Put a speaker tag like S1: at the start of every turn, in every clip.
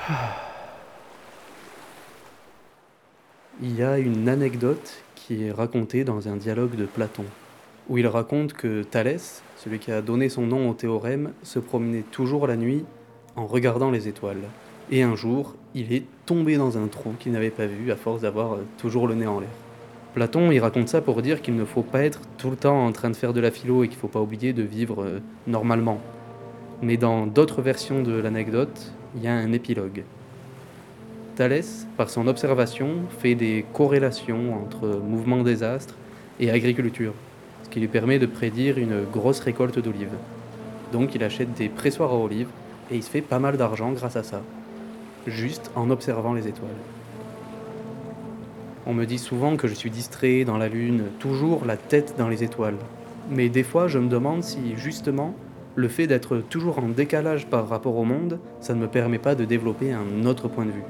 S1: Il y a une anecdote qui est racontée dans un dialogue de Platon, où il raconte que Thalès, celui qui a donné son nom au théorème, se promenait toujours la nuit en regardant les étoiles. Et un jour, il est tombé dans un trou qu'il n'avait pas vu à force d'avoir toujours le nez en l'air. Platon, il raconte ça pour dire qu'il ne faut pas être tout le temps en train de faire de la philo et qu'il ne faut pas oublier de vivre normalement. Mais dans d'autres versions de l'anecdote, il y a un épilogue. Thalès, par son observation, fait des corrélations entre mouvement des astres et agriculture, ce qui lui permet de prédire une grosse récolte d'olives. Donc il achète des pressoirs à olives et il se fait pas mal d'argent grâce à ça, juste en observant les étoiles. On me dit souvent que je suis distrait dans la lune, toujours la tête dans les étoiles. Mais des fois, je me demande si, justement, le fait d'être toujours en décalage par rapport au monde, ça ne me permet pas de développer un autre point de vue.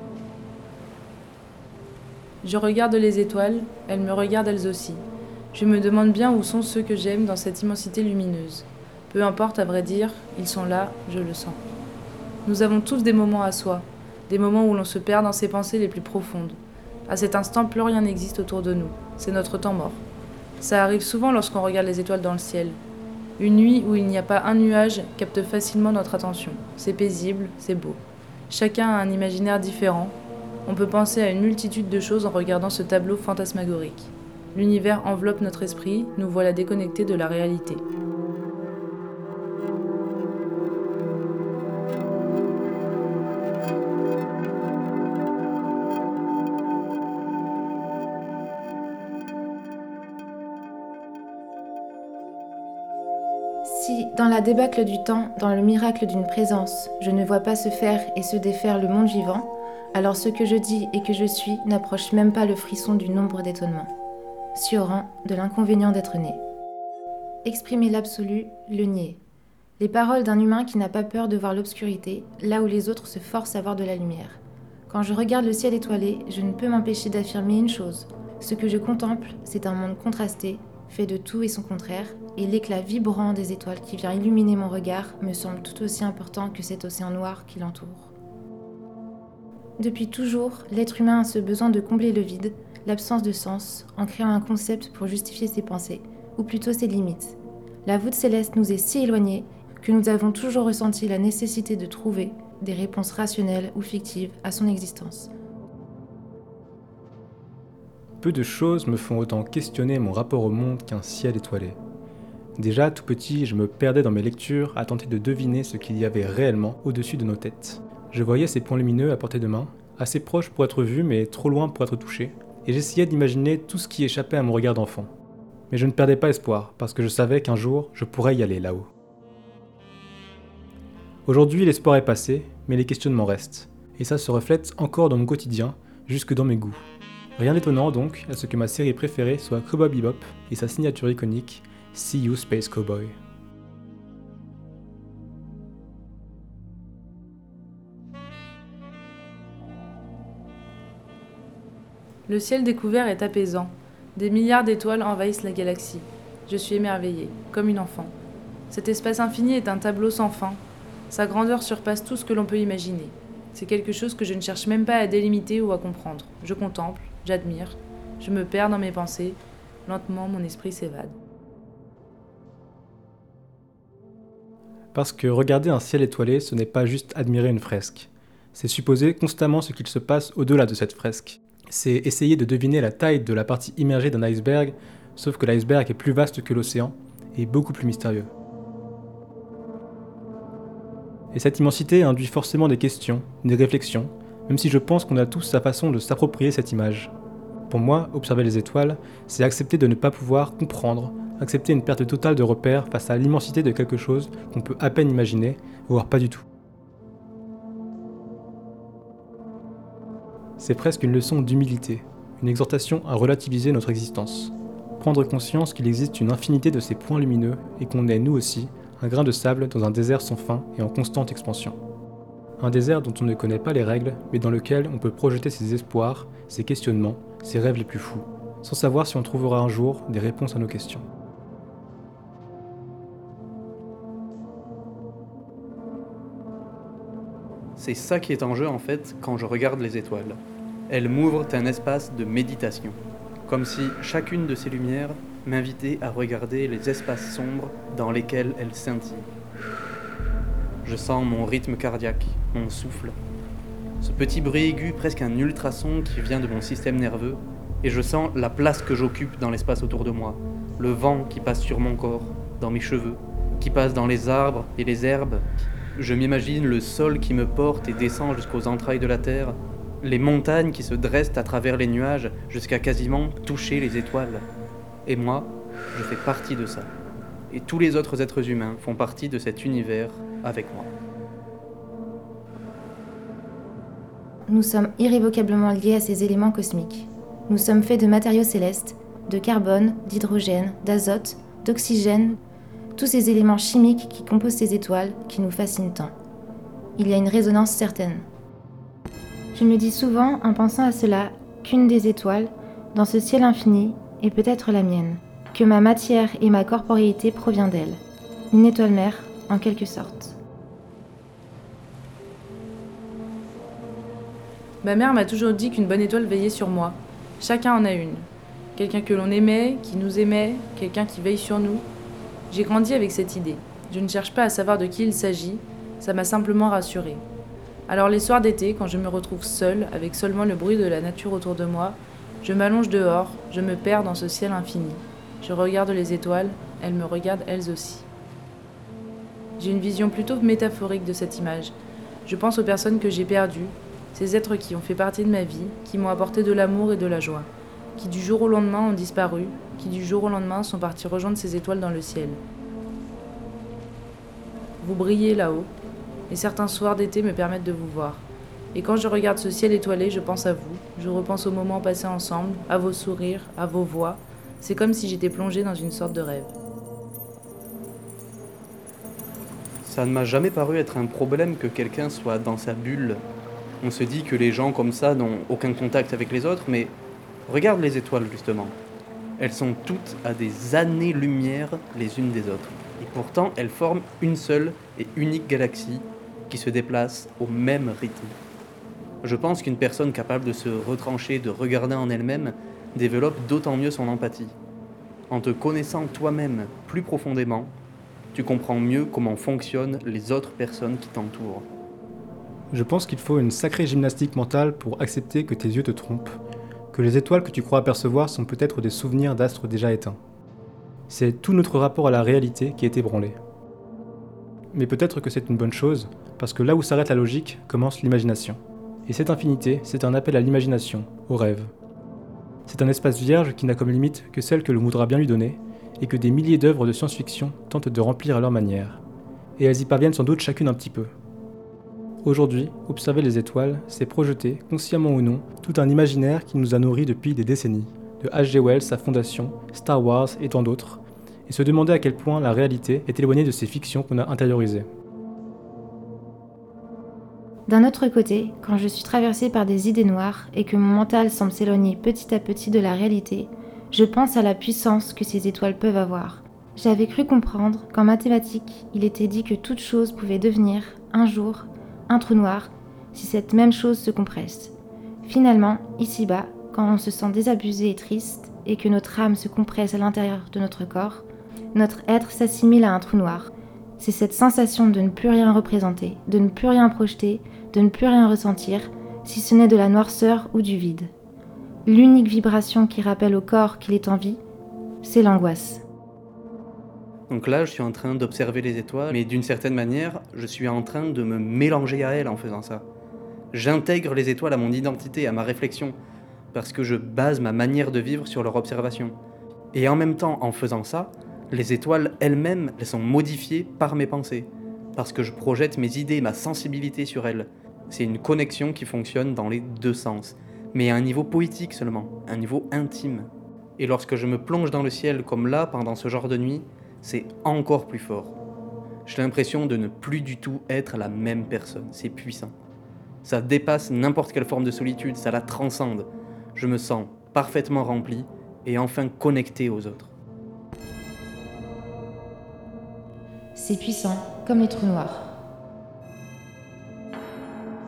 S2: Je regarde les étoiles, elles me regardent elles aussi. Je me demande bien où sont ceux que j'aime dans cette immensité lumineuse. Peu importe, à vrai dire, ils sont là, je le sens. Nous avons tous des moments à soi, des moments où l'on se perd dans ses pensées les plus profondes. À cet instant, plus rien n'existe autour de nous. C'est notre temps mort. Ça arrive souvent lorsqu'on regarde les étoiles dans le ciel. Une nuit où il n'y a pas un nuage capte facilement notre attention. C'est paisible, c'est beau. Chacun a un imaginaire différent. On peut penser à une multitude de choses en regardant ce tableau fantasmagorique. L'univers enveloppe notre esprit, nous voilà déconnectés de la réalité.
S3: Si, dans la débâcle du temps, dans le miracle d'une présence, je ne vois pas se faire et se défaire le monde vivant, alors ce que je dis et que je suis n'approche même pas le frisson du nombre d'étonnements. Sioran, de l'inconvénient d'être né. Exprimer l'absolu, le nier. Les paroles d'un humain qui n'a pas peur de voir l'obscurité, là où les autres se forcent à voir de la lumière. Quand je regarde le ciel étoilé, je ne peux m'empêcher d'affirmer une chose. Ce que je contemple, c'est un monde contrasté, fait de tout et son contraire, et l'éclat vibrant des étoiles qui vient illuminer mon regard me semble tout aussi important que cet océan noir qui l'entoure. Depuis toujours, l'être humain a ce besoin de combler le vide, l'absence de sens, en créant un concept pour justifier ses pensées, ou plutôt ses limites. La voûte céleste nous est si éloignée que nous avons toujours ressenti la nécessité de trouver des réponses rationnelles ou fictives à son existence.
S4: Peu de choses me font autant questionner mon rapport au monde qu'un ciel étoilé. Déjà, tout petit, je me perdais dans mes lectures à tenter de deviner ce qu'il y avait réellement au-dessus de nos têtes. Je voyais ces points lumineux à portée de main, assez proches pour être vus mais trop loin pour être touchés, et j'essayais d'imaginer tout ce qui échappait à mon regard d'enfant. Mais je ne perdais pas espoir, parce que je savais qu'un jour, je pourrais y aller là-haut. Aujourd'hui, l'espoir est passé, mais les questionnements restent, et ça se reflète encore dans mon quotidien, jusque dans mes goûts. Rien d'étonnant donc à ce que ma série préférée soit Cowboy Bebop et sa signature iconique, See You Space Cowboy.
S2: Le ciel découvert est apaisant. Des milliards d'étoiles envahissent la galaxie. Je suis émerveillée, comme une enfant. Cet espace infini est un tableau sans fin. Sa grandeur surpasse tout ce que l'on peut imaginer. C'est quelque chose que je ne cherche même pas à délimiter ou à comprendre. Je contemple, j'admire, je me perds dans mes pensées. Lentement, mon esprit s'évade.
S4: Parce que regarder un ciel étoilé, ce n'est pas juste admirer une fresque. C'est supposer constamment ce qu'il se passe au-delà de cette fresque. C'est essayer de deviner la taille de la partie immergée d'un iceberg, sauf que l'iceberg est plus vaste que l'océan et beaucoup plus mystérieux. Et cette immensité induit forcément des questions, des réflexions, même si je pense qu'on a tous sa façon de s'approprier cette image. Pour moi, observer les étoiles, c'est accepter de ne pas pouvoir comprendre, accepter une perte totale de repères face à l'immensité de quelque chose qu'on peut à peine imaginer, voire pas du tout. C'est presque une leçon d'humilité, une exhortation à relativiser notre existence. Prendre conscience qu'il existe une infinité de ces points lumineux et qu'on est, nous aussi, un grain de sable dans un désert sans fin et en constante expansion. Un désert dont on ne connaît pas les règles, mais dans lequel on peut projeter ses espoirs, ses questionnements, ses rêves les plus fous, sans savoir si on trouvera un jour des réponses à nos questions.
S1: C'est ça qui est en jeu en fait quand je regarde les étoiles. Elles m'ouvrent un espace de méditation, comme si chacune de ces lumières m'invitait à regarder les espaces sombres dans lesquels elles scintillent. Je sens mon rythme cardiaque, mon souffle, ce petit bruit aigu, presque un ultrason qui vient de mon système nerveux, et je sens la place que j'occupe dans l'espace autour de moi, le vent qui passe sur mon corps, dans mes cheveux, qui passe dans les arbres et les herbes. Je m'imagine le sol qui me porte et descend jusqu'aux entrailles de la terre, les montagnes qui se dressent à travers les nuages jusqu'à quasiment toucher les étoiles. Et moi, je fais partie de ça. Et tous les autres êtres humains font partie de cet univers avec moi.
S3: Nous sommes irrévocablement liés à ces éléments cosmiques. Nous sommes faits de matériaux célestes, de carbone, d'hydrogène, d'azote, d'oxygène, tous ces éléments chimiques qui composent ces étoiles qui nous fascinent tant. Il y a une résonance certaine. Je me dis souvent, en pensant à cela, qu'une des étoiles, dans ce ciel infini, est peut-être la mienne, que ma matière et ma corporéité provient d'elle. Une étoile mère, en quelque sorte.
S2: Ma mère m'a toujours dit qu'une bonne étoile veillait sur moi. Chacun en a une. Quelqu'un que l'on aimait, qui nous aimait, quelqu'un qui veille sur nous. J'ai grandi avec cette idée. Je ne cherche pas à savoir de qui il s'agit, ça m'a simplement rassurée. Alors les soirs d'été, quand je me retrouve seule, avec seulement le bruit de la nature autour de moi, je m'allonge dehors, je me perds dans ce ciel infini. Je regarde les étoiles, elles me regardent elles aussi. J'ai une vision plutôt métaphorique de cette image. Je pense aux personnes que j'ai perdues, ces êtres qui ont fait partie de ma vie, qui m'ont apporté de l'amour et de la joie, qui du jour au lendemain ont disparu, qui du jour au lendemain sont partis rejoindre ces étoiles dans le ciel. Vous brillez là-haut, et certains soirs d'été me permettent de vous voir. Et quand je regarde ce ciel étoilé, je pense à vous, je repense aux moments passés ensemble, à vos sourires, à vos voix. C'est comme si j'étais plongée dans une sorte de rêve.
S1: Ça ne m'a jamais paru être un problème que quelqu'un soit dans sa bulle. On se dit que les gens comme ça n'ont aucun contact avec les autres, mais regarde les étoiles justement. Elles sont toutes à des années-lumière les unes des autres. Et pourtant, elles forment une seule et unique galaxie qui se déplace au même rythme. Je pense qu'une personne capable de se retrancher, de regarder en elle-même, développe d'autant mieux son empathie. En te connaissant toi-même plus profondément, tu comprends mieux comment fonctionnent les autres personnes qui t'entourent.
S4: Je pense qu'il faut une sacrée gymnastique mentale pour accepter que tes yeux te trompent, que les étoiles que tu crois apercevoir sont peut-être des souvenirs d'astres déjà éteints. C'est tout notre rapport à la réalité qui est ébranlé. Mais peut-être que c'est une bonne chose, parce que là où s'arrête la logique, commence l'imagination. Et cette infinité, c'est un appel à l'imagination, au rêve. C'est un espace vierge qui n'a comme limite que celle que l'on voudra bien lui donner, et que des milliers d'œuvres de science-fiction tentent de remplir à leur manière. Et elles y parviennent sans doute chacune un petit peu. Aujourd'hui, observer les étoiles, c'est projeter, consciemment ou non, tout un imaginaire qui nous a nourris depuis des décennies, de H.G. Wells, sa fondation, Star Wars et tant d'autres, et se demander à quel point la réalité est éloignée de ces fictions qu'on a intériorisées.
S3: D'un autre côté, quand je suis traversée par des idées noires et que mon mental semble s'éloigner petit à petit de la réalité, je pense à la puissance que ces étoiles peuvent avoir. J'avais cru comprendre qu'en mathématiques, il était dit que toute chose pouvait devenir, un jour, un trou noir, si cette même chose se compresse. Finalement, ici-bas, quand on se sent désabusé et triste, et que notre âme se compresse à l'intérieur de notre corps, notre être s'assimile à un trou noir. C'est cette sensation de ne plus rien représenter, de ne plus rien projeter, de ne plus rien ressentir, si ce n'est de la noirceur ou du vide. L'unique vibration qui rappelle au corps qu'il est en vie, c'est l'angoisse.
S1: Donc là, je suis en train d'observer les étoiles, mais d'une certaine manière, je suis en train de me mélanger à elles en faisant ça. J'intègre les étoiles à mon identité, à ma réflexion, parce que je base ma manière de vivre sur leur observation. Et en même temps, en faisant ça, les étoiles elles-mêmes, elles sont modifiées par mes pensées, parce que je projette mes idées, ma sensibilité sur elles. C'est une connexion qui fonctionne dans les deux sens, mais à un niveau poétique seulement, un niveau intime. Et lorsque je me plonge dans le ciel comme là, pendant ce genre de nuit, c'est encore plus fort. J'ai l'impression de ne plus du tout être la même personne, c'est puissant. Ça dépasse n'importe quelle forme de solitude, ça la transcende. Je me sens parfaitement rempli et enfin connecté aux autres.
S3: C'est puissant, comme les trous noirs.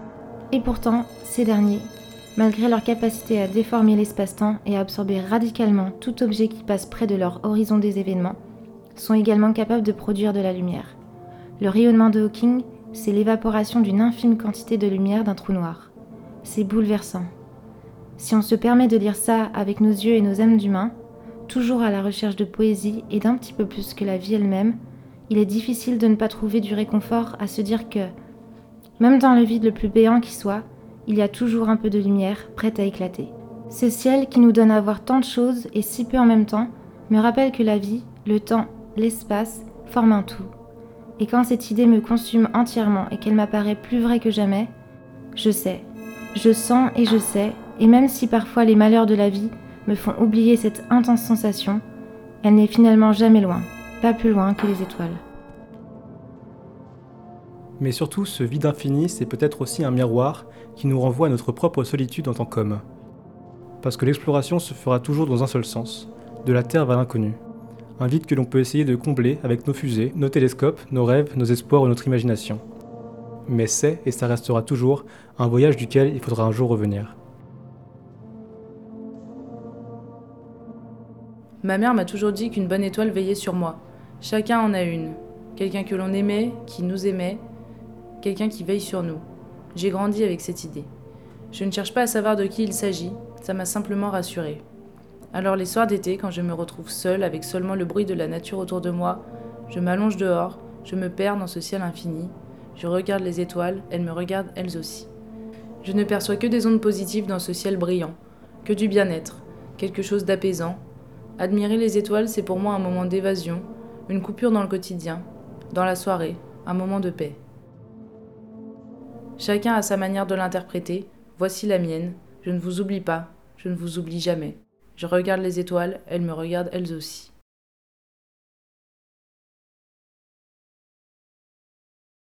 S3: Et pourtant, ces derniers, malgré leur capacité à déformer l'espace-temps et à absorber radicalement tout objet qui passe près de leur horizon des événements, sont également capables de produire de la lumière. Le rayonnement de Hawking, c'est l'évaporation d'une infime quantité de lumière d'un trou noir. C'est bouleversant. Si on se permet de lire ça avec nos yeux et nos âmes d'humains, toujours à la recherche de poésie et d'un petit peu plus que la vie elle-même, il est difficile de ne pas trouver du réconfort à se dire que, même dans le vide le plus béant qui soit, il y a toujours un peu de lumière prête à éclater. Ce ciel qui nous donne à voir tant de choses et si peu en même temps me rappelle que la vie, le temps, l'espace forment un tout. Et quand cette idée me consume entièrement et qu'elle m'apparaît plus vraie que jamais, je sais, je sens et je sais, et même si parfois les malheurs de la vie me font oublier cette intense sensation, elle n'est finalement jamais loin, pas plus loin que les étoiles.
S4: Mais surtout, ce vide infini, c'est peut-être aussi un miroir qui nous renvoie à notre propre solitude en tant qu'homme. Parce que l'exploration se fera toujours dans un seul sens, de la Terre vers l'inconnu. Un vide que l'on peut essayer de combler avec nos fusées, nos télescopes, nos rêves, nos espoirs ou notre imagination. Mais c'est, et ça restera toujours, un voyage duquel il faudra un jour revenir.
S2: Ma mère m'a toujours dit qu'une bonne étoile veillait sur moi. Chacun en a une. Quelqu'un que l'on aimait, qui nous aimait, quelqu'un qui veille sur nous. J'ai grandi avec cette idée. Je ne cherche pas à savoir de qui il s'agit, ça m'a simplement rassurée. Alors les soirs d'été, quand je me retrouve seule avec seulement le bruit de la nature autour de moi, je m'allonge dehors, je me perds dans ce ciel infini, je regarde les étoiles, elles me regardent elles aussi. Je ne perçois que des ondes positives dans ce ciel brillant, que du bien-être, quelque chose d'apaisant. Admirer les étoiles, c'est pour moi un moment d'évasion, une coupure dans le quotidien, dans la soirée, un moment de paix. Chacun a sa manière de l'interpréter, voici la mienne, je ne vous oublie pas, je ne vous oublie jamais. Je regarde les étoiles, elles me regardent elles aussi.